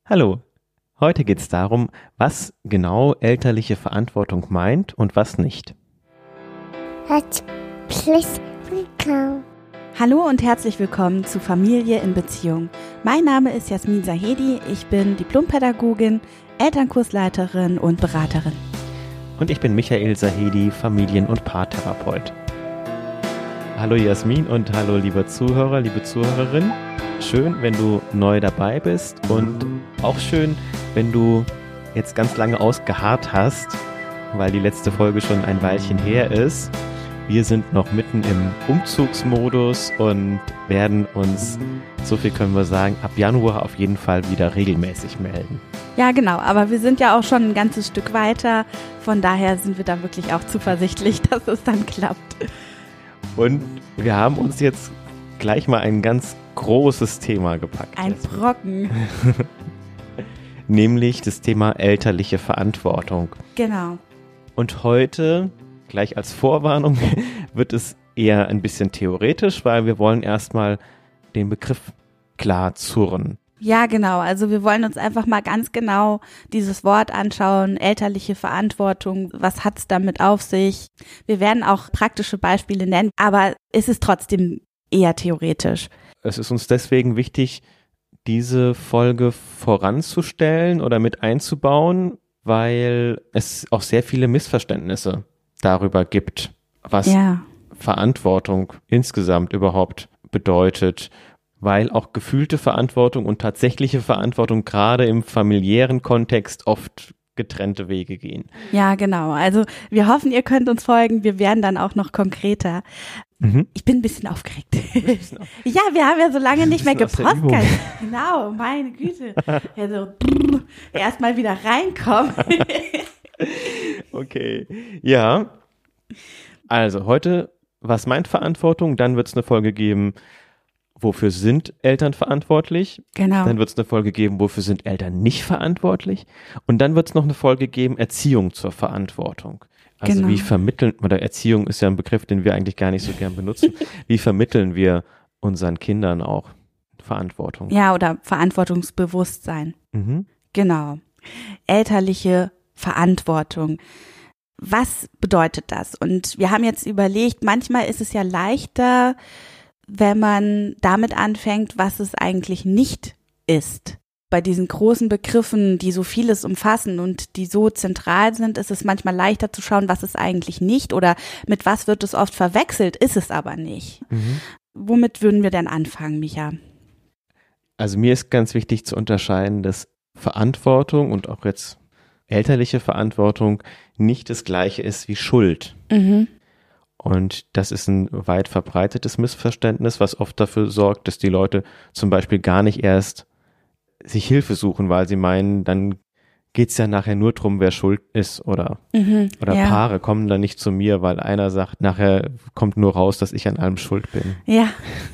Hallo, heute geht es darum, was genau elterliche Verantwortung meint und was nicht. Hallo und herzlich willkommen zu Familie in Beziehung. Mein Name ist Jasmin Sahedi, ich bin Diplompädagogin, Elternkursleiterin und Beraterin. Und ich bin Michael Sahedi, Familien- und Paartherapeut. Hallo Jasmin und hallo liebe Zuhörer, liebe Zuhörerin. Schön, wenn du neu dabei bist und auch schön, wenn du jetzt ganz lange ausgeharrt hast, weil die letzte Folge schon ein Weilchen her ist. Wir sind noch mitten im Umzugsmodus und werden uns, so viel können wir sagen, ab Januar auf jeden Fall wieder regelmäßig melden. Ja, genau, aber wir sind ja auch schon ein ganzes Stück weiter, von daher sind wir da wirklich auch zuversichtlich, dass es dann klappt. Und wir haben uns jetzt gleich mal ein ganz großes Thema gepackt. Ein Brocken. Nämlich das Thema elterliche Verantwortung. Genau. Und heute, gleich als Vorwarnung, wird es eher ein bisschen theoretisch, weil wir wollen erstmal den Begriff klar zurren. Ja, genau. Also wir wollen uns einfach mal ganz genau dieses Wort anschauen, elterliche Verantwortung, was hat's damit auf sich? Wir werden auch praktische Beispiele nennen, aber es ist trotzdem eher theoretisch. Es ist uns deswegen wichtig, diese Folge voranzustellen oder mit einzubauen, weil es auch sehr viele Missverständnisse darüber gibt, was Verantwortung insgesamt überhaupt bedeutet, weil auch gefühlte Verantwortung und tatsächliche Verantwortung gerade im familiären Kontext oft getrennte Wege gehen. Ja, genau. Also wir hoffen, ihr könnt uns folgen. Wir werden dann auch noch konkreter. Ich bin ein bisschen aufgeregt. Ja, wir haben ja so lange nicht mehr gepostet. Genau, meine Güte. Also erstmal wieder reinkommen. Okay, ja. Also heute, was meint Verantwortung? Dann wird es eine Folge geben, wofür sind Eltern verantwortlich? Genau. Dann wird es eine Folge geben, wofür sind Eltern nicht verantwortlich? Und dann wird es noch eine Folge geben, Erziehung zur Verantwortung. Also wie vermitteln, oder Erziehung ist ja ein Begriff, den wir eigentlich gar nicht so gern benutzen. Wie vermitteln wir unseren Kindern auch Verantwortung? Ja, oder Verantwortungsbewusstsein. Genau. Elterliche Verantwortung. Was bedeutet das? Und wir haben jetzt überlegt, manchmal ist es ja leichter, wenn man damit anfängt, was es eigentlich nicht ist. Bei diesen großen Begriffen, die so vieles umfassen und die so zentral sind, ist es manchmal leichter zu schauen, was es eigentlich nicht oder mit was wird es oft verwechselt, ist es aber nicht. Womit würden wir denn anfangen, Micha? Also mir ist ganz wichtig zu unterscheiden, dass Verantwortung und auch jetzt elterliche Verantwortung nicht das Gleiche ist wie Schuld. Und das ist ein weit verbreitetes Missverständnis, was oft dafür sorgt, dass die Leute zum Beispiel gar nicht erst sich Hilfe suchen, weil sie meinen, dann geht's ja nachher nur drum, wer schuld ist oder Paare kommen dann nicht zu mir, weil einer sagt, nachher kommt nur raus, dass ich an allem schuld bin. Ja.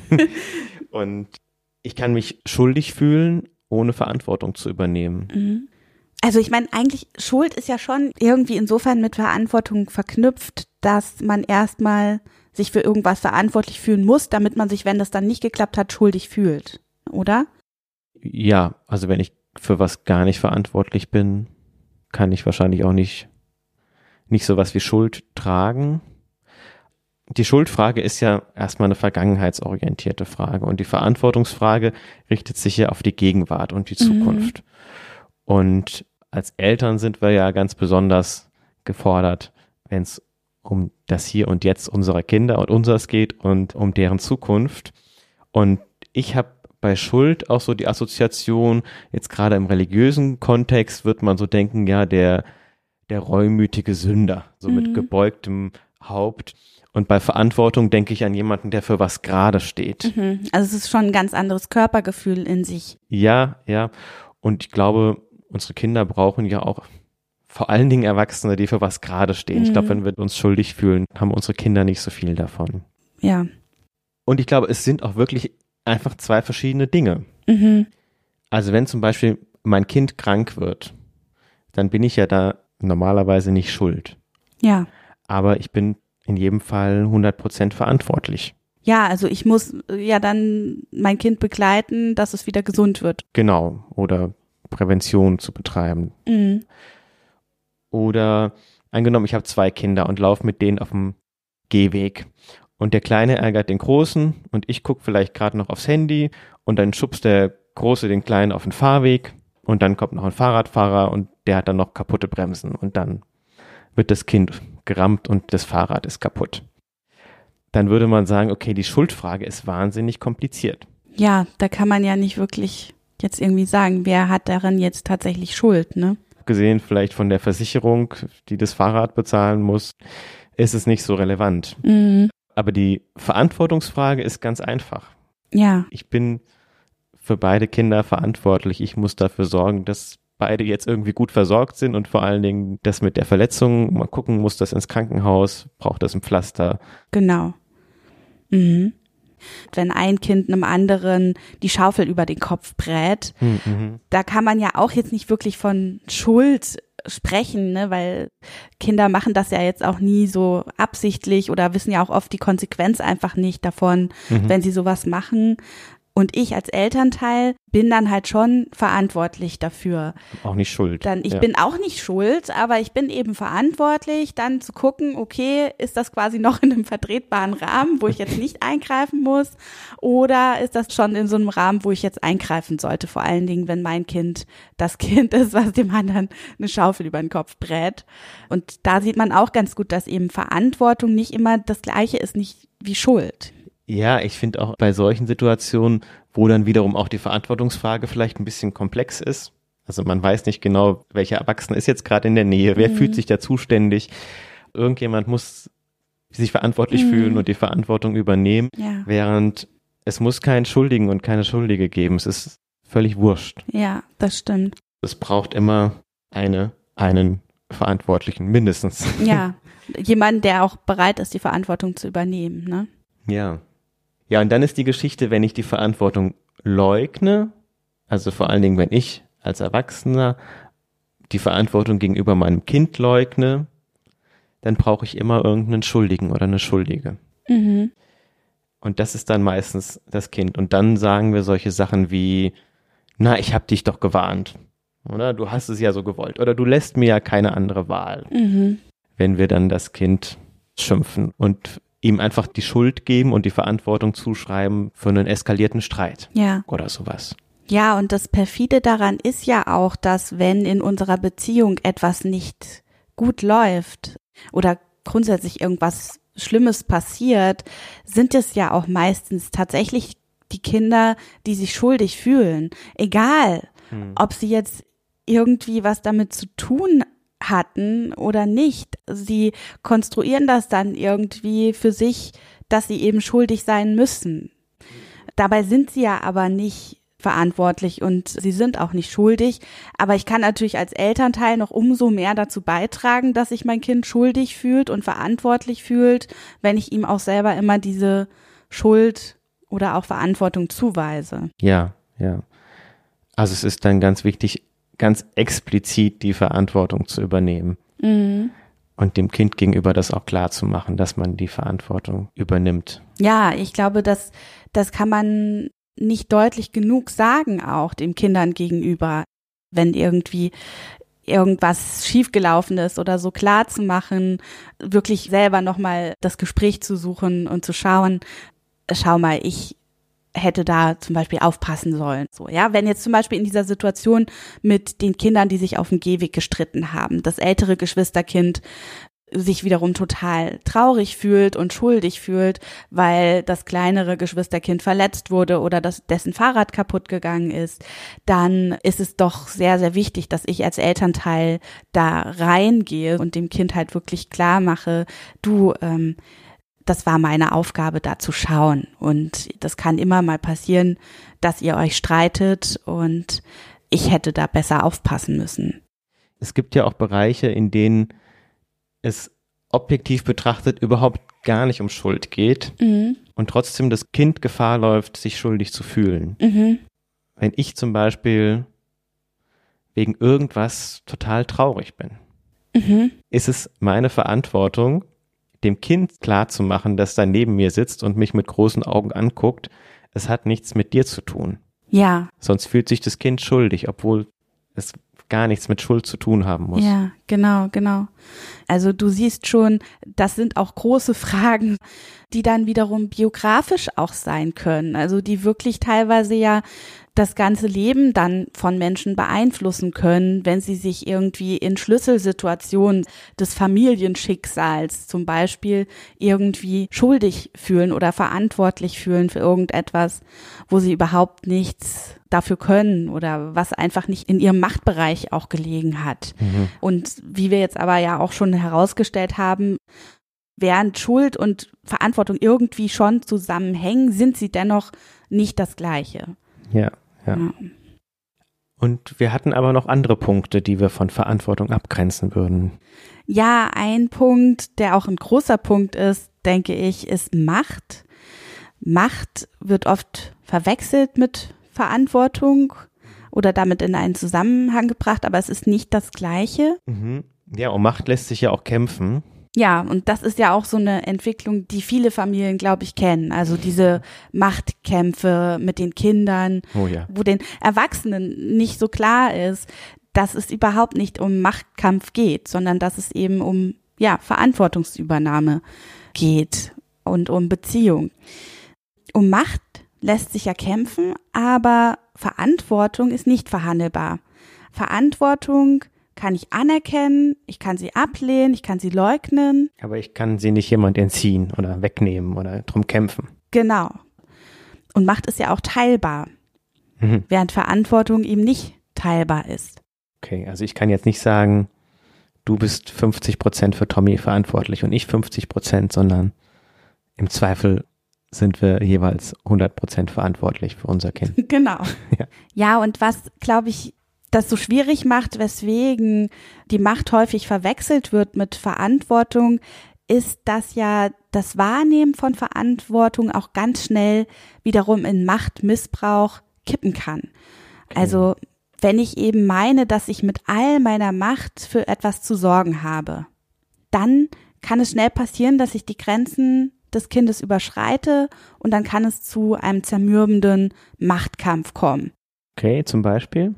Und ich kann mich schuldig fühlen, ohne Verantwortung zu übernehmen. Also ich meine, eigentlich Schuld ist ja schon irgendwie insofern mit Verantwortung verknüpft, dass man erstmal sich für irgendwas verantwortlich fühlen muss, damit man sich, wenn das dann nicht geklappt hat, schuldig fühlt, oder? Ja, also wenn ich für was gar nicht verantwortlich bin, kann ich wahrscheinlich auch nicht sowas wie Schuld tragen. Die Schuldfrage ist ja erstmal eine vergangenheitsorientierte Frage und die Verantwortungsfrage richtet sich ja auf die Gegenwart und die Zukunft. Und als Eltern sind wir ja ganz besonders gefordert, wenn es um das Hier und Jetzt unserer Kinder und unseres geht und um deren Zukunft. Und ich habe bei Schuld auch so die Assoziation, jetzt gerade im religiösen Kontext wird man so denken, ja, der reumütige Sünder, so mit gebeugtem Haupt. Und bei Verantwortung denke ich an jemanden, der für was gerade steht. Also es ist schon ein ganz anderes Körpergefühl in sich. Ja. Und ich glaube, unsere Kinder brauchen ja auch vor allen Dingen Erwachsene, die für was gerade stehen. Ich glaube, wenn wir uns schuldig fühlen, haben unsere Kinder nicht so viel davon. Ja. Und ich glaube, es sind auch wirklich einfach zwei verschiedene Dinge. Also wenn zum Beispiel mein Kind krank wird, dann bin ich ja da normalerweise nicht schuld. Ja. Aber ich bin in jedem Fall 100% verantwortlich. Ja, also ich muss ja dann mein Kind begleiten, dass es wieder gesund wird. Genau. Oder Prävention zu betreiben. Mhm. Oder angenommen, ich habe 2 Kinder und laufe mit denen auf dem Gehweg und der Kleine ärgert den Großen und ich gucke vielleicht gerade noch aufs Handy und dann schubst der Große den Kleinen auf den Fahrweg und dann kommt noch ein Fahrradfahrer und der hat dann noch kaputte Bremsen und dann wird das Kind gerammt und das Fahrrad ist kaputt. Dann würde man sagen, okay, die Schuldfrage ist wahnsinnig kompliziert. Ja, da kann man ja nicht wirklich jetzt irgendwie sagen, wer hat daran jetzt tatsächlich Schuld, ne? Gesehen vielleicht von der Versicherung, die das Fahrrad bezahlen muss, ist es nicht so relevant. Mhm. Aber die Verantwortungsfrage ist ganz einfach. Ja. Ich bin für beide Kinder verantwortlich. Ich muss dafür sorgen, dass beide jetzt irgendwie gut versorgt sind und vor allen Dingen das mit der Verletzung, mal gucken, muss das ins Krankenhaus, braucht das ein Pflaster. Genau. Mhm. Wenn ein Kind einem anderen die Schaufel über den Kopf brät, da kann man ja auch jetzt nicht wirklich von Schuld sprechen, ne, weil Kinder machen das ja jetzt auch nie so absichtlich oder wissen ja auch oft die Konsequenz einfach nicht davon, wenn sie sowas machen. Und ich als Elternteil bin dann halt schon verantwortlich dafür. Auch nicht schuld. Ich bin auch nicht schuld, aber ich bin eben verantwortlich, dann zu gucken, okay, ist das quasi noch in einem vertretbaren Rahmen, wo ich jetzt nicht eingreifen muss, oder ist das schon in so einem Rahmen, wo ich jetzt eingreifen sollte, vor allen Dingen, wenn mein Kind das Kind ist, was dem anderen eine Schaufel über den Kopf brät. Und da sieht man auch ganz gut, dass eben Verantwortung nicht immer das Gleiche ist, nicht wie Schuld. Ja, ich finde auch bei solchen Situationen, wo dann wiederum auch die Verantwortungsfrage vielleicht ein bisschen komplex ist. Also man weiß nicht genau, welcher Erwachsene ist jetzt gerade in der Nähe, wer fühlt sich da zuständig. Irgendjemand muss sich verantwortlich fühlen und die Verantwortung übernehmen, während es muss keinen Schuldigen und keine Schuldige geben. Es ist völlig wurscht. Ja, das stimmt. Es braucht immer einen Verantwortlichen, mindestens. Ja, jemand, der auch bereit ist, die Verantwortung zu übernehmen, ne? Ja. Ja, und dann ist die Geschichte, wenn ich die Verantwortung leugne, also vor allen Dingen, wenn ich als Erwachsener die Verantwortung gegenüber meinem Kind leugne, dann brauche ich immer irgendeinen Schuldigen oder eine Schuldige. Mhm. Und das ist dann meistens das Kind. Und dann sagen wir solche Sachen wie, na, ich habe dich doch gewarnt. Oder du hast es ja so gewollt. Oder du lässt mir ja keine andere Wahl. Mhm. Wenn wir dann das Kind schimpfen und ihm einfach die Schuld geben und die Verantwortung zuschreiben für einen eskalierten Streit oder sowas. Ja, und das Perfide daran ist ja auch, dass wenn in unserer Beziehung etwas nicht gut läuft oder grundsätzlich irgendwas Schlimmes passiert, sind es ja auch meistens tatsächlich die Kinder, die sich schuldig fühlen. Egal, ob sie jetzt irgendwie was damit zu tun hatten oder nicht. Sie konstruieren das dann irgendwie für sich, dass sie eben schuldig sein müssen. Dabei sind sie ja aber nicht verantwortlich und sie sind auch nicht schuldig. Aber ich kann natürlich als Elternteil noch umso mehr dazu beitragen, dass sich mein Kind schuldig fühlt und verantwortlich fühlt, wenn ich ihm auch selber immer diese Schuld oder auch Verantwortung zuweise. Ja. Also es ist dann ganz wichtig, ganz explizit die Verantwortung zu übernehmen und dem Kind gegenüber das auch klar zu machen, dass man die Verantwortung übernimmt. Ja, ich glaube, das kann man nicht deutlich genug sagen, auch den Kindern gegenüber, wenn irgendwie irgendwas schiefgelaufen ist oder so, klar zu machen, wirklich selber nochmal das Gespräch zu suchen und zu schauen, schau mal, ich hätte da zum Beispiel aufpassen sollen. So, ja, wenn jetzt zum Beispiel in dieser Situation mit den Kindern, die sich auf dem Gehweg gestritten haben, das ältere Geschwisterkind sich wiederum total traurig fühlt und schuldig fühlt, weil das kleinere Geschwisterkind verletzt wurde oder dessen Fahrrad kaputt gegangen ist, dann ist es doch sehr, sehr wichtig, dass ich als Elternteil da reingehe und dem Kind halt wirklich klar mache, du, das war meine Aufgabe, da zu schauen. Und das kann immer mal passieren, dass ihr euch streitet und ich hätte da besser aufpassen müssen. Es gibt ja auch Bereiche, in denen es objektiv betrachtet überhaupt gar nicht um Schuld geht und trotzdem das Kind Gefahr läuft, sich schuldig zu fühlen. Mhm. Wenn ich zum Beispiel wegen irgendwas total traurig bin, ist es meine Verantwortung, dem Kind klarzumachen, das da neben mir sitzt und mich mit großen Augen anguckt, es hat nichts mit dir zu tun. Ja. Sonst fühlt sich das Kind schuldig, obwohl es gar nichts mit Schuld zu tun haben muss. Ja, genau. Also du siehst schon, das sind auch große Fragen, die dann wiederum biografisch auch sein können. Also die wirklich teilweise ja das ganze Leben dann von Menschen beeinflussen können, wenn sie sich irgendwie in Schlüsselsituationen des Familienschicksals zum Beispiel irgendwie schuldig fühlen oder verantwortlich fühlen für irgendetwas, wo sie überhaupt nichts dafür können oder was einfach nicht in ihrem Machtbereich auch gelegen hat. Und wie wir jetzt aber ja auch schon herausgestellt haben, während Schuld und Verantwortung irgendwie schon zusammenhängen, sind sie dennoch nicht das Gleiche. Ja. Und wir hatten aber noch andere Punkte, die wir von Verantwortung abgrenzen würden. Ja, ein Punkt, der auch ein großer Punkt ist, denke ich, ist Macht. Macht wird oft verwechselt mit Verantwortung oder damit in einen Zusammenhang gebracht, aber es ist nicht das Gleiche. Ja, und Macht lässt sich ja auch kämpfen. Ja, und das ist ja auch so eine Entwicklung, die viele Familien, glaube ich, kennen. Also diese Machtkämpfe mit den Kindern, wo den Erwachsenen nicht so klar ist, dass es überhaupt nicht um Machtkampf geht, sondern dass es eben um Verantwortungsübernahme geht und um Beziehung. Um Macht lässt sich ja kämpfen, aber Verantwortung ist nicht verhandelbar. Verantwortung kann ich anerkennen, ich kann sie ablehnen, ich kann sie leugnen. Aber ich kann sie nicht jemand entziehen oder wegnehmen oder drum kämpfen. Genau. Und Macht ist ja auch teilbar, während Verantwortung eben nicht teilbar ist. Okay, also ich kann jetzt nicht sagen, du bist 50% für Tommy verantwortlich und ich 50%, sondern im Zweifel sind wir jeweils 100% verantwortlich für unser Kind. Genau. Ja, und was, glaube ich, das so schwierig macht, weswegen die Macht häufig verwechselt wird mit Verantwortung, ist, dass ja das Wahrnehmen von Verantwortung auch ganz schnell wiederum in Machtmissbrauch kippen kann. Okay. Also wenn ich eben meine, dass ich mit all meiner Macht für etwas zu sorgen habe, dann kann es schnell passieren, dass ich die Grenzen des Kindes überschreite und dann kann es zu einem zermürbenden Machtkampf kommen. Okay, zum Beispiel?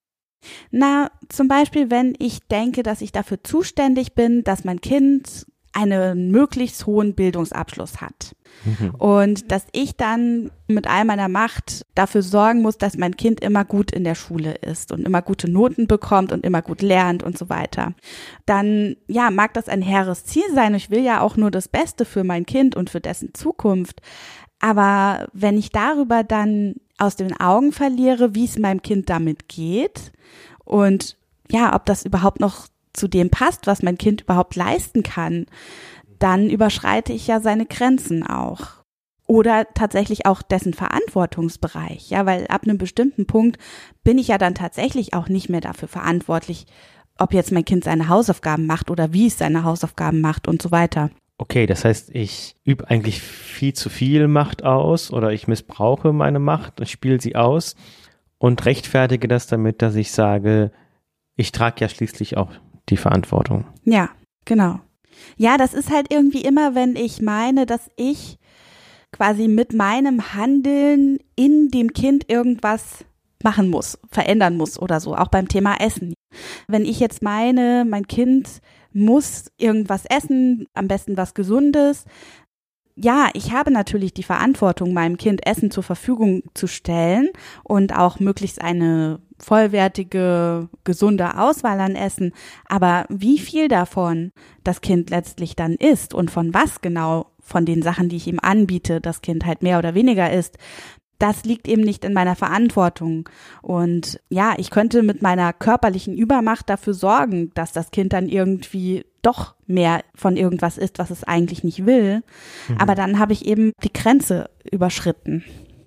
Na, zum Beispiel, wenn ich denke, dass ich dafür zuständig bin, dass mein Kind einen möglichst hohen Bildungsabschluss hat. Und dass ich dann mit all meiner Macht dafür sorgen muss, dass mein Kind immer gut in der Schule ist und immer gute Noten bekommt und immer gut lernt und so weiter. Dann, mag das ein hehres Ziel sein. Ich will ja auch nur das Beste für mein Kind und für dessen Zukunft. Aber wenn ich darüber dann aus den Augen verliere, wie es meinem Kind damit geht und ob das überhaupt noch zu dem passt, was mein Kind überhaupt leisten kann, dann überschreite ich ja seine Grenzen auch. Oder tatsächlich auch dessen Verantwortungsbereich, weil ab einem bestimmten Punkt bin ich ja dann tatsächlich auch nicht mehr dafür verantwortlich, ob jetzt mein Kind seine Hausaufgaben macht oder wie es seine Hausaufgaben macht und so weiter. Okay, das heißt, ich übe eigentlich viel zu viel Macht aus oder ich missbrauche meine Macht und spiele sie aus und rechtfertige das damit, dass ich sage, ich trage ja schließlich auch die Verantwortung. Ja, genau. Ja, das ist halt irgendwie immer, wenn ich meine, dass ich quasi mit meinem Handeln in dem Kind irgendwas machen muss, verändern muss oder so, auch beim Thema Essen. Wenn ich jetzt meine, mein Kind muss irgendwas essen, am besten was Gesundes. Ja, ich habe natürlich die Verantwortung, meinem Kind Essen zur Verfügung zu stellen und auch möglichst eine vollwertige, gesunde Auswahl an Essen. Aber wie viel davon das Kind letztlich dann isst und von was genau von den Sachen, die ich ihm anbiete, das Kind halt mehr oder weniger isst, das liegt eben nicht in meiner Verantwortung. Und ich könnte mit meiner körperlichen Übermacht dafür sorgen, dass das Kind dann irgendwie doch mehr von irgendwas isst, was es eigentlich nicht will. Aber dann habe ich eben die Grenze überschritten.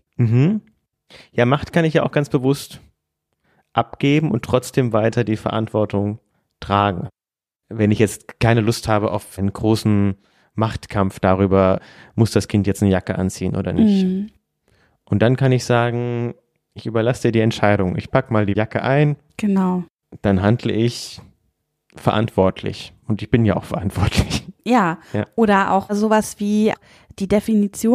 Ja, Macht kann ich ja auch ganz bewusst abgeben und trotzdem weiter die Verantwortung tragen. Wenn ich jetzt keine Lust habe auf einen großen Machtkampf darüber, muss das Kind jetzt eine Jacke anziehen oder nicht. Und dann kann ich sagen, ich überlasse dir die Entscheidung. Ich packe mal die Jacke ein. Genau. Dann handle ich verantwortlich. Und ich bin ja auch verantwortlich. Ja. Oder auch sowas wie die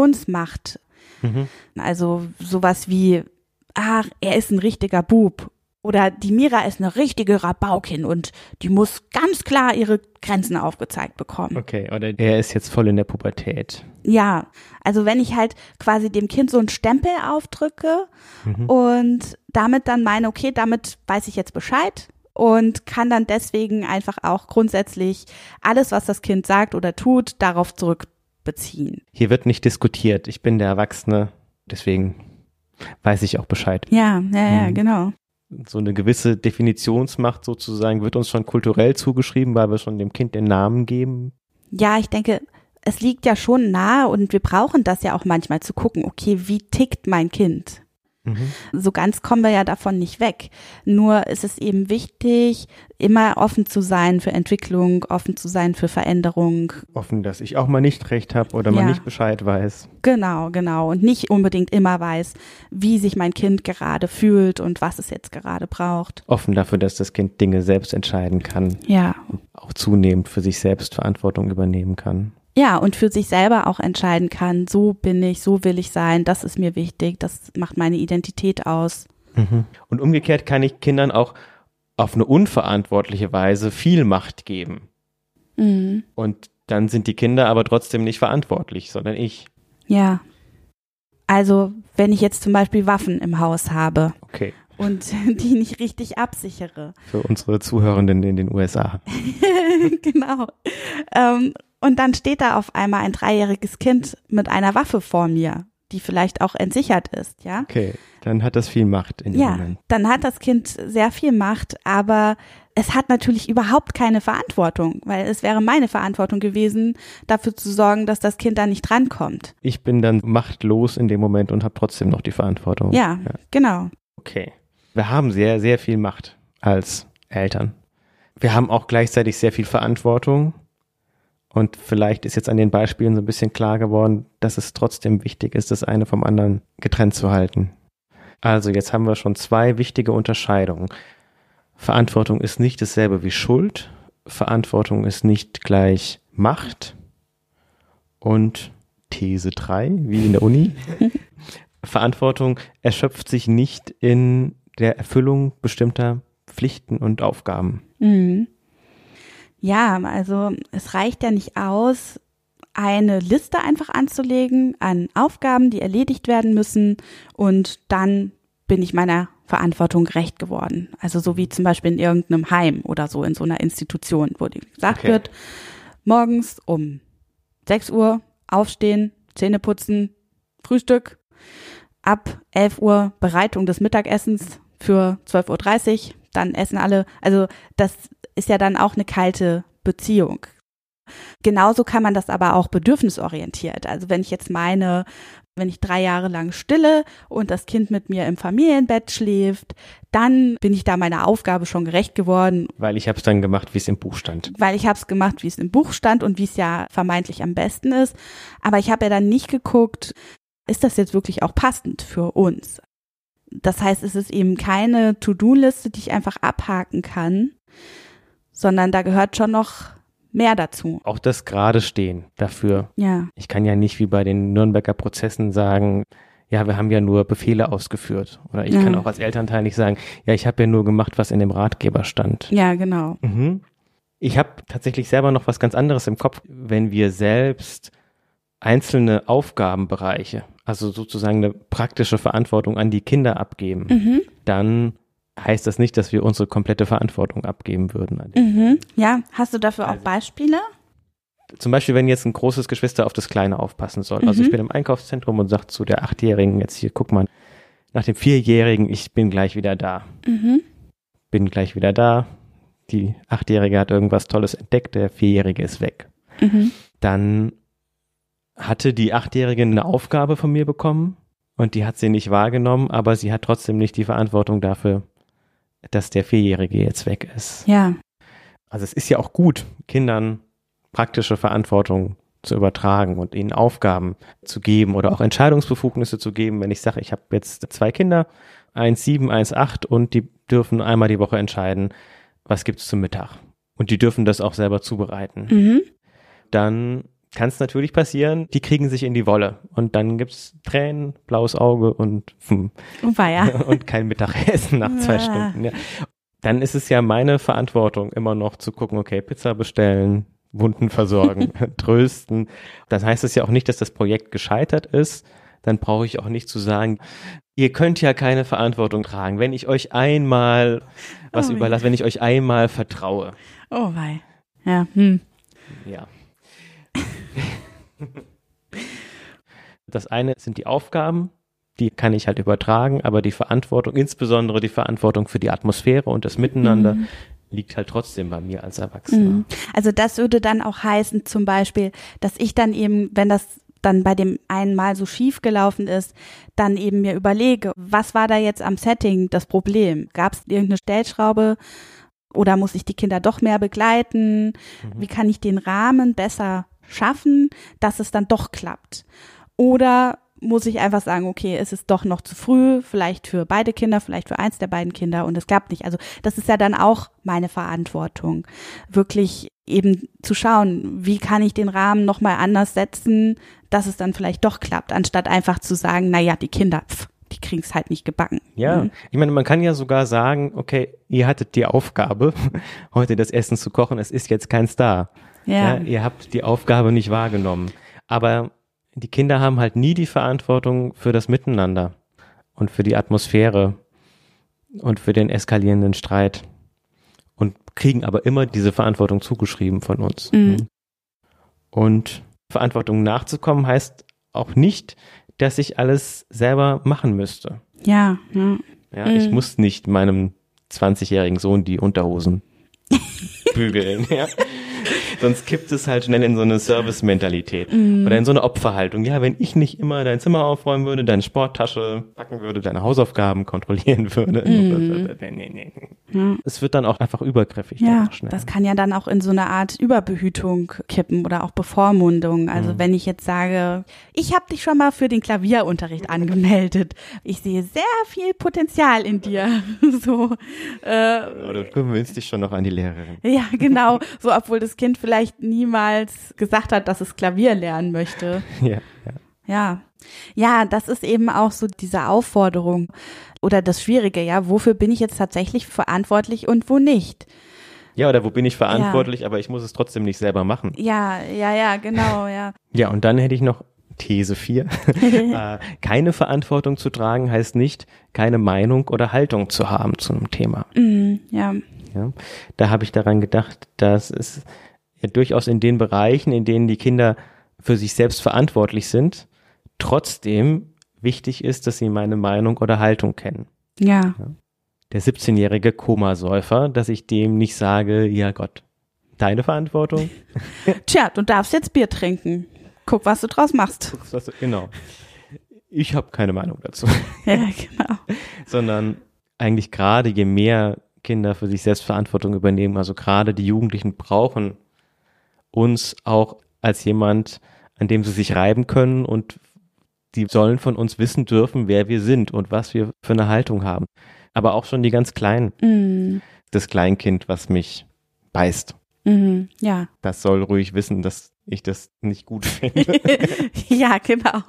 Definitionsmacht. Also sowas wie, er ist ein richtiger Bub Oder die Mira ist eine richtige Rabaukin und die muss ganz klar ihre Grenzen aufgezeigt bekommen. Okay, oder er ist jetzt voll in der Pubertät. Ja, also wenn ich halt quasi dem Kind so einen Stempel aufdrücke und damit dann meine, okay, damit weiß ich jetzt Bescheid und kann dann deswegen einfach auch grundsätzlich alles, was das Kind sagt oder tut, darauf zurückbeziehen. Hier wird nicht diskutiert. Ich bin der Erwachsene, deswegen weiß ich auch Bescheid. Ja, genau. So eine gewisse Definitionsmacht sozusagen wird uns schon kulturell zugeschrieben, weil wir schon dem Kind den Namen geben. Ja, ich denke, es liegt ja schon nahe und wir brauchen das ja auch manchmal zu gucken, okay, wie tickt mein Kind? So ganz kommen wir ja davon nicht weg. Nur ist es eben wichtig, immer offen zu sein für Entwicklung, offen zu sein für Veränderung. Offen, dass ich auch mal nicht recht habe oder mal nicht Bescheid weiß. Genau. Und nicht unbedingt immer weiß, wie sich mein Kind gerade fühlt und was es jetzt gerade braucht. Offen dafür, dass das Kind Dinge selbst entscheiden kann. Ja. Und auch zunehmend für sich selbst Verantwortung übernehmen kann. Ja, und für sich selber auch entscheiden kann, so bin ich, so will ich sein, das ist mir wichtig, das macht meine Identität aus. Und umgekehrt kann ich Kindern auch auf eine unverantwortliche Weise viel Macht geben. Und dann sind die Kinder aber trotzdem nicht verantwortlich, sondern ich. Ja, also wenn ich jetzt zum Beispiel Waffen im Haus habe. Okay. Und die nicht richtig absichere. Für unsere Zuhörenden in den USA. Genau. Und dann steht da auf einmal ein 3-jähriges Kind mit einer Waffe vor mir, die vielleicht auch entsichert ist, ja? Okay, dann hat das viel Macht in dem Moment. Ja, dann hat das Kind sehr viel Macht, aber es hat natürlich überhaupt keine Verantwortung, weil es wäre meine Verantwortung gewesen, dafür zu sorgen, dass das Kind da nicht drankommt. Ich bin dann machtlos in dem Moment und habe trotzdem noch die Verantwortung. Ja, genau. Okay. Wir haben sehr, sehr viel Macht als Eltern. Wir haben auch gleichzeitig sehr viel Verantwortung. Und vielleicht ist jetzt an den Beispielen so ein bisschen klar geworden, dass es trotzdem wichtig ist, das eine vom anderen getrennt zu halten. Also jetzt haben wir schon 2 wichtige Unterscheidungen. Verantwortung ist nicht dasselbe wie Schuld. Verantwortung ist nicht gleich Macht. Und These 3, wie in der Uni. Verantwortung erschöpft sich nicht in der Erfüllung bestimmter Pflichten und Aufgaben. Ja, also es reicht ja nicht aus, eine Liste einfach anzulegen an Aufgaben, die erledigt werden müssen und dann bin ich meiner Verantwortung gerecht geworden. Also so wie zum Beispiel in irgendeinem Heim oder so in so einer Institution, wo gesagt wird, morgens um 6 Uhr aufstehen, Zähne putzen, Frühstück, ab 11 Uhr Bereitung des Mittagessens für 12.30 Uhr, dann essen alle. Also das ist ja dann auch eine kalte Beziehung. Genauso kann man das aber auch bedürfnisorientiert. Also wenn ich jetzt meine, wenn ich 3 Jahre lang stille und das Kind mit mir im Familienbett schläft, dann bin ich da meiner Aufgabe schon gerecht geworden. Weil ich habe es dann gemacht, wie es im Buch stand. Weil ich habe es gemacht, wie es im Buch stand und wie es ja vermeintlich am besten ist. Aber ich habe ja dann nicht geguckt, ist das jetzt wirklich auch passend für uns? Das heißt, es ist eben keine To-Do-Liste, die ich einfach abhaken kann, sondern da gehört schon noch mehr dazu. Auch das gerade stehen dafür. Ja. Ich kann ja nicht wie bei den Nürnberger Prozessen sagen, ja, wir haben ja nur Befehle ausgeführt. Oder ich kann auch als Elternteil nicht sagen, ja, ich habe ja nur gemacht, was in dem Ratgeber stand. Ja, genau. Ich habe tatsächlich selber noch was ganz anderes im Kopf. Wenn wir selbst einzelne Aufgabenbereiche, also sozusagen eine praktische Verantwortung an die Kinder abgeben, dann heißt das nicht, dass wir unsere komplette Verantwortung abgeben würden. Ja, hast du dafür auch Beispiele? Zum Beispiel, wenn jetzt ein großes Geschwister auf das Kleine aufpassen soll. Also ich bin im Einkaufszentrum und sage zu der 8-Jährigen, jetzt hier, guck mal, nach dem 4-Jährigen, ich bin gleich wieder da. Bin gleich wieder da. Die 8-Jährige hat irgendwas Tolles entdeckt, der 4-Jährige ist weg. Dann hatte die 8-Jährige eine Aufgabe von mir bekommen und die hat sie nicht wahrgenommen, aber sie hat trotzdem nicht die Verantwortung dafür, dass der 4-Jährige jetzt weg ist. Ja. Also es ist ja auch gut, Kindern praktische Verantwortung zu übertragen und ihnen Aufgaben zu geben oder auch Entscheidungsbefugnisse zu geben. Wenn ich sage, ich habe jetzt 2 Kinder, 1 7, 1 8 und die dürfen einmal die Woche entscheiden, was gibt's zum Mittag. Und die dürfen das auch selber zubereiten. Dann kann es natürlich passieren, die kriegen sich in die Wolle und dann gibt's Tränen, blaues Auge und und kein Mittagessen nach 2 Stunden. Ja. Dann ist es ja meine Verantwortung, immer noch zu gucken, okay, Pizza bestellen, Wunden versorgen, trösten. Das heißt es ja auch nicht, dass das Projekt gescheitert ist. Dann brauche ich auch nicht zu sagen, ihr könnt ja keine Verantwortung tragen, wenn ich euch einmal was überlasse, wenn ich euch einmal vertraue. Oh wei. Ja. Ja. Das eine sind die Aufgaben, die kann ich halt übertragen, aber die Verantwortung, insbesondere die Verantwortung für die Atmosphäre und das Miteinander, liegt halt trotzdem bei mir als Erwachsener. Also das würde dann auch heißen zum Beispiel, dass ich dann eben, wenn das dann bei dem einen Mal so schief gelaufen ist, dann eben mir überlege, was war da jetzt am Setting das Problem? Gab es irgendeine Stellschraube oder muss ich die Kinder doch mehr begleiten? Wie kann ich den Rahmen besser schaffen, dass es dann doch klappt? Oder muss ich einfach sagen, okay, es ist doch noch zu früh, vielleicht für beide Kinder, vielleicht für eins der beiden Kinder und es klappt nicht. Also das ist ja dann auch meine Verantwortung, wirklich eben zu schauen, wie kann ich den Rahmen nochmal anders setzen, dass es dann vielleicht doch klappt, anstatt einfach zu sagen, naja, die Kinder, die kriegen es halt nicht gebacken. Ja, ich meine, man kann ja sogar sagen, okay, ihr hattet die Aufgabe, heute das Essen zu kochen, es ist jetzt keins da. Ja, ihr habt die Aufgabe nicht wahrgenommen. Aber die Kinder haben halt nie die Verantwortung für das Miteinander und für die Atmosphäre und für den eskalierenden Streit und kriegen aber immer diese Verantwortung zugeschrieben von uns. Und Verantwortung nachzukommen heißt auch nicht, dass ich alles selber machen müsste. Ja. Ich muss nicht meinem 20-jährigen Sohn die Unterhosen bügeln, ja. Sonst kippt es halt schnell in so eine Service-Mentalität oder in so eine Opferhaltung. Ja, wenn ich nicht immer dein Zimmer aufräumen würde, deine Sporttasche packen würde, deine Hausaufgaben kontrollieren würde. Nee. Es wird dann auch einfach übergriffig. Ja, das kann ja dann auch in so eine Art Überbehütung kippen oder auch Bevormundung. Also wenn ich jetzt sage, ich habe dich schon mal für den Klavierunterricht angemeldet. Ich sehe sehr viel Potenzial in dir. So. Oder du gewöhnst dich schon noch an die Lehrerin. Ja, genau. So, obwohl das Kind vielleicht niemals gesagt hat, dass es Klavier lernen möchte. Ja, das ist eben auch so diese Aufforderung oder das Schwierige, ja, wofür bin ich jetzt tatsächlich verantwortlich und wo nicht? Ja, oder wo bin ich verantwortlich, aber ich muss es trotzdem nicht selber machen. Ja, genau, ja. Ja, und dann hätte ich noch These 4. Keine Verantwortung zu tragen heißt nicht, keine Meinung oder Haltung zu haben zu einem Thema. Ja, da habe ich daran gedacht, dass es ja durchaus in den Bereichen, in denen die Kinder für sich selbst verantwortlich sind, trotzdem wichtig ist, dass sie meine Meinung oder Haltung kennen. Ja. Der 17-jährige Komasäufer, dass ich dem nicht sage, ja Gott, deine Verantwortung? Tja, du darfst jetzt Bier trinken. Guck, was du draus machst. Genau. Ich habe keine Meinung dazu. Ja, genau. Sondern eigentlich gerade je mehr Kinder für sich selbst Verantwortung übernehmen, also gerade die Jugendlichen brauchen uns auch als jemand, an dem sie sich reiben können und die sollen von uns wissen dürfen, wer wir sind und was wir für eine Haltung haben. Aber auch schon die ganz Kleinen. Das Kleinkind, was mich beißt. Ja. Das soll ruhig wissen, dass ich das nicht gut finde. Ja, genau.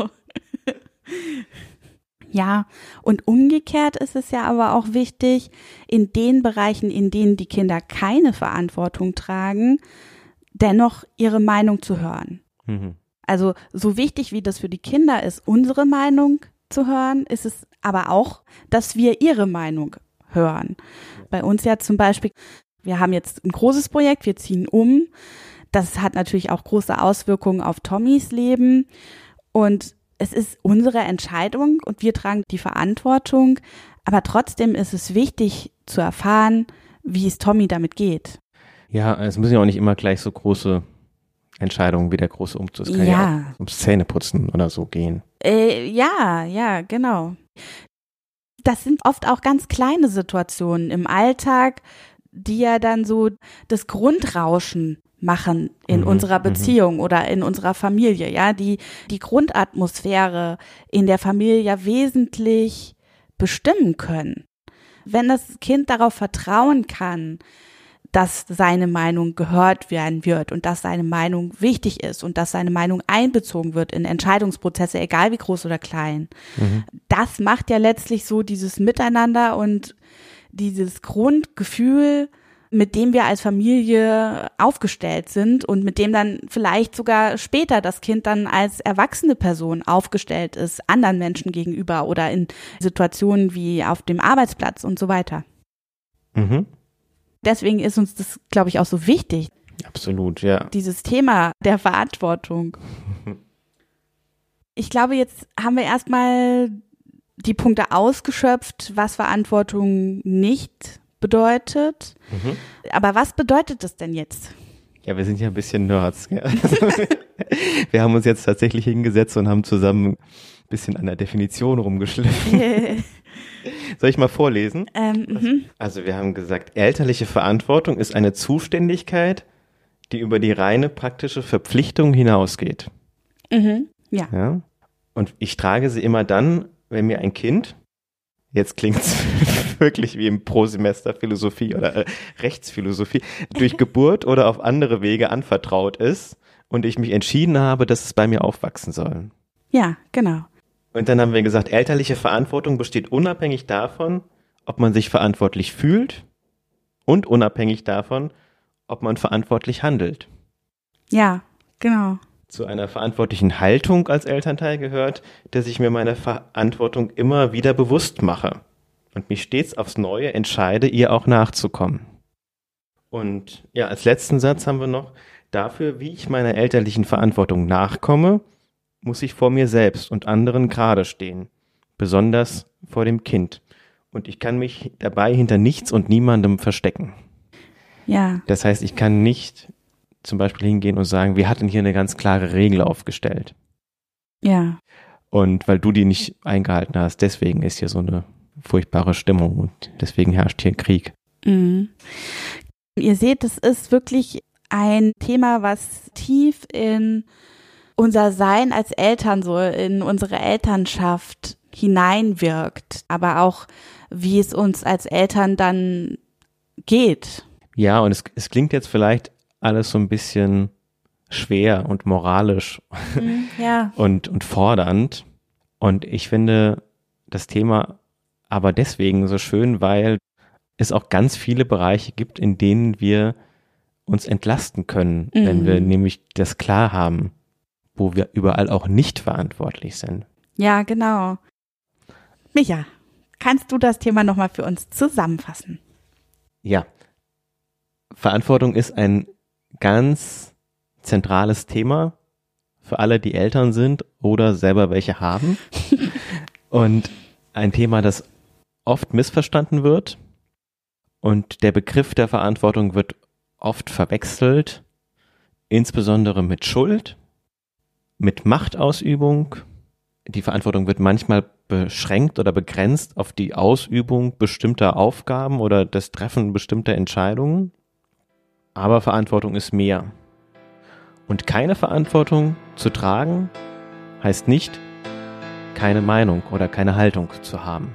Ja, und umgekehrt ist es ja aber auch wichtig, in den Bereichen, in denen die Kinder keine Verantwortung tragen, dennoch ihre Meinung zu hören. Also so wichtig, wie das für die Kinder ist, unsere Meinung zu hören, ist es aber auch, dass wir ihre Meinung hören. Bei uns ja zum Beispiel, wir haben jetzt ein großes Projekt, wir ziehen um. Das hat natürlich auch große Auswirkungen auf Tommys Leben und es ist unsere Entscheidung und wir tragen die Verantwortung, aber trotzdem ist es wichtig zu erfahren, wie es Tommy damit geht. Ja, es müssen ja auch nicht immer gleich so große Entscheidungen wie der große Umzug. Es kann ja auch ums Zähneputzen oder so gehen. Ja, genau. Das sind oft auch ganz kleine Situationen im Alltag, die ja dann so das Grundrauschen machen in unserer Beziehung oder in unserer Familie, ja, die Grundatmosphäre in der Familie ja wesentlich bestimmen können. Wenn das Kind darauf vertrauen kann, dass seine Meinung gehört werden wird und dass seine Meinung wichtig ist und dass seine Meinung einbezogen wird in Entscheidungsprozesse, egal wie groß oder klein. Das macht ja letztlich so dieses Miteinander und dieses Grundgefühl, mit dem wir als Familie aufgestellt sind und mit dem dann vielleicht sogar später das Kind dann als erwachsene Person aufgestellt ist, anderen Menschen gegenüber oder in Situationen wie auf dem Arbeitsplatz und so weiter. Deswegen ist uns das, glaube ich, auch so wichtig. Absolut, ja. Dieses Thema der Verantwortung. Ich glaube, jetzt haben wir erstmal die Punkte ausgeschöpft, was Verantwortung nicht bedeutet. Aber was bedeutet das denn jetzt? Ja, wir sind ja ein bisschen Nerds. Ja. Wir haben uns jetzt tatsächlich hingesetzt und haben zusammen ein bisschen an der Definition rumgeschliffen. Soll ich mal vorlesen? Also wir haben gesagt, elterliche Verantwortung ist eine Zuständigkeit, die über die reine praktische Verpflichtung hinausgeht. Ja. Und ich trage sie immer dann, wenn mir ein Kind, jetzt klingt's wirklich wie im Pro-Semester Philosophie oder Rechtsphilosophie, durch Geburt oder auf andere Wege anvertraut ist und ich mich entschieden habe, dass es bei mir aufwachsen soll. Ja, genau. Und dann haben wir gesagt, elterliche Verantwortung besteht unabhängig davon, ob man sich verantwortlich fühlt und unabhängig davon, ob man verantwortlich handelt. Ja, genau. Zu einer verantwortlichen Haltung als Elternteil gehört, dass ich mir meine Verantwortung immer wieder bewusst mache und mich stets aufs Neue entscheide, ihr auch nachzukommen. Und ja, als letzten Satz haben wir noch, dafür, wie ich meiner elterlichen Verantwortung nachkomme, muss ich vor mir selbst und anderen gerade stehen, besonders vor dem Kind. Und ich kann mich dabei hinter nichts und niemandem verstecken. Ja. Das heißt, ich kann nicht zum Beispiel hingehen und sagen, wir hatten hier eine ganz klare Regel aufgestellt. Ja. Und weil du die nicht eingehalten hast, deswegen ist hier so eine furchtbare Stimmung und deswegen herrscht hier Krieg. Ihr seht, das ist wirklich ein Thema, was tief in unser Sein als Eltern, so in unsere Elternschaft hineinwirkt, aber auch, wie es uns als Eltern dann geht. Ja, und es klingt jetzt vielleicht alles so ein bisschen schwer und moralisch und fordernd. Und ich finde das Thema aber deswegen so schön, weil es auch ganz viele Bereiche gibt, in denen wir uns entlasten können, wenn wir nämlich das klar haben, wo wir überall auch nicht verantwortlich sind. Ja, genau. Micha, kannst du das Thema nochmal für uns zusammenfassen? Ja. Verantwortung ist ein ganz zentrales Thema für alle, die Eltern sind oder selber welche haben. Und ein Thema, das oft missverstanden wird. Und der Begriff der Verantwortung wird oft verwechselt, insbesondere mit Schuld, mit Machtausübung. Die Verantwortung wird manchmal beschränkt oder begrenzt auf die Ausübung bestimmter Aufgaben oder das Treffen bestimmter Entscheidungen. Aber Verantwortung ist mehr. Und keine Verantwortung zu tragen, heißt nicht, keine Meinung oder keine Haltung zu haben.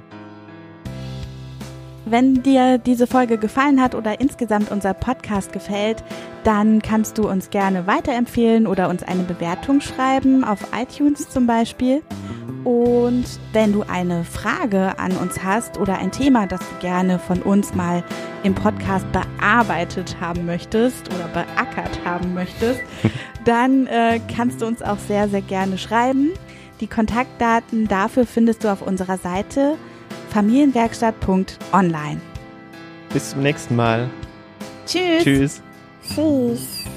Wenn dir diese Folge gefallen hat oder insgesamt unser Podcast gefällt, dann kannst du uns gerne weiterempfehlen oder uns eine Bewertung schreiben, auf iTunes zum Beispiel. Und wenn du eine Frage an uns hast oder ein Thema, das du gerne von uns mal im Podcast bearbeitet haben möchtest oder beackert haben möchtest, dann kannst du uns auch sehr, sehr gerne schreiben. Die Kontaktdaten dafür findest du auf unserer Seite familienwerkstatt.online. Bis zum nächsten Mal. Tschüss. Tschüss. Tschüss.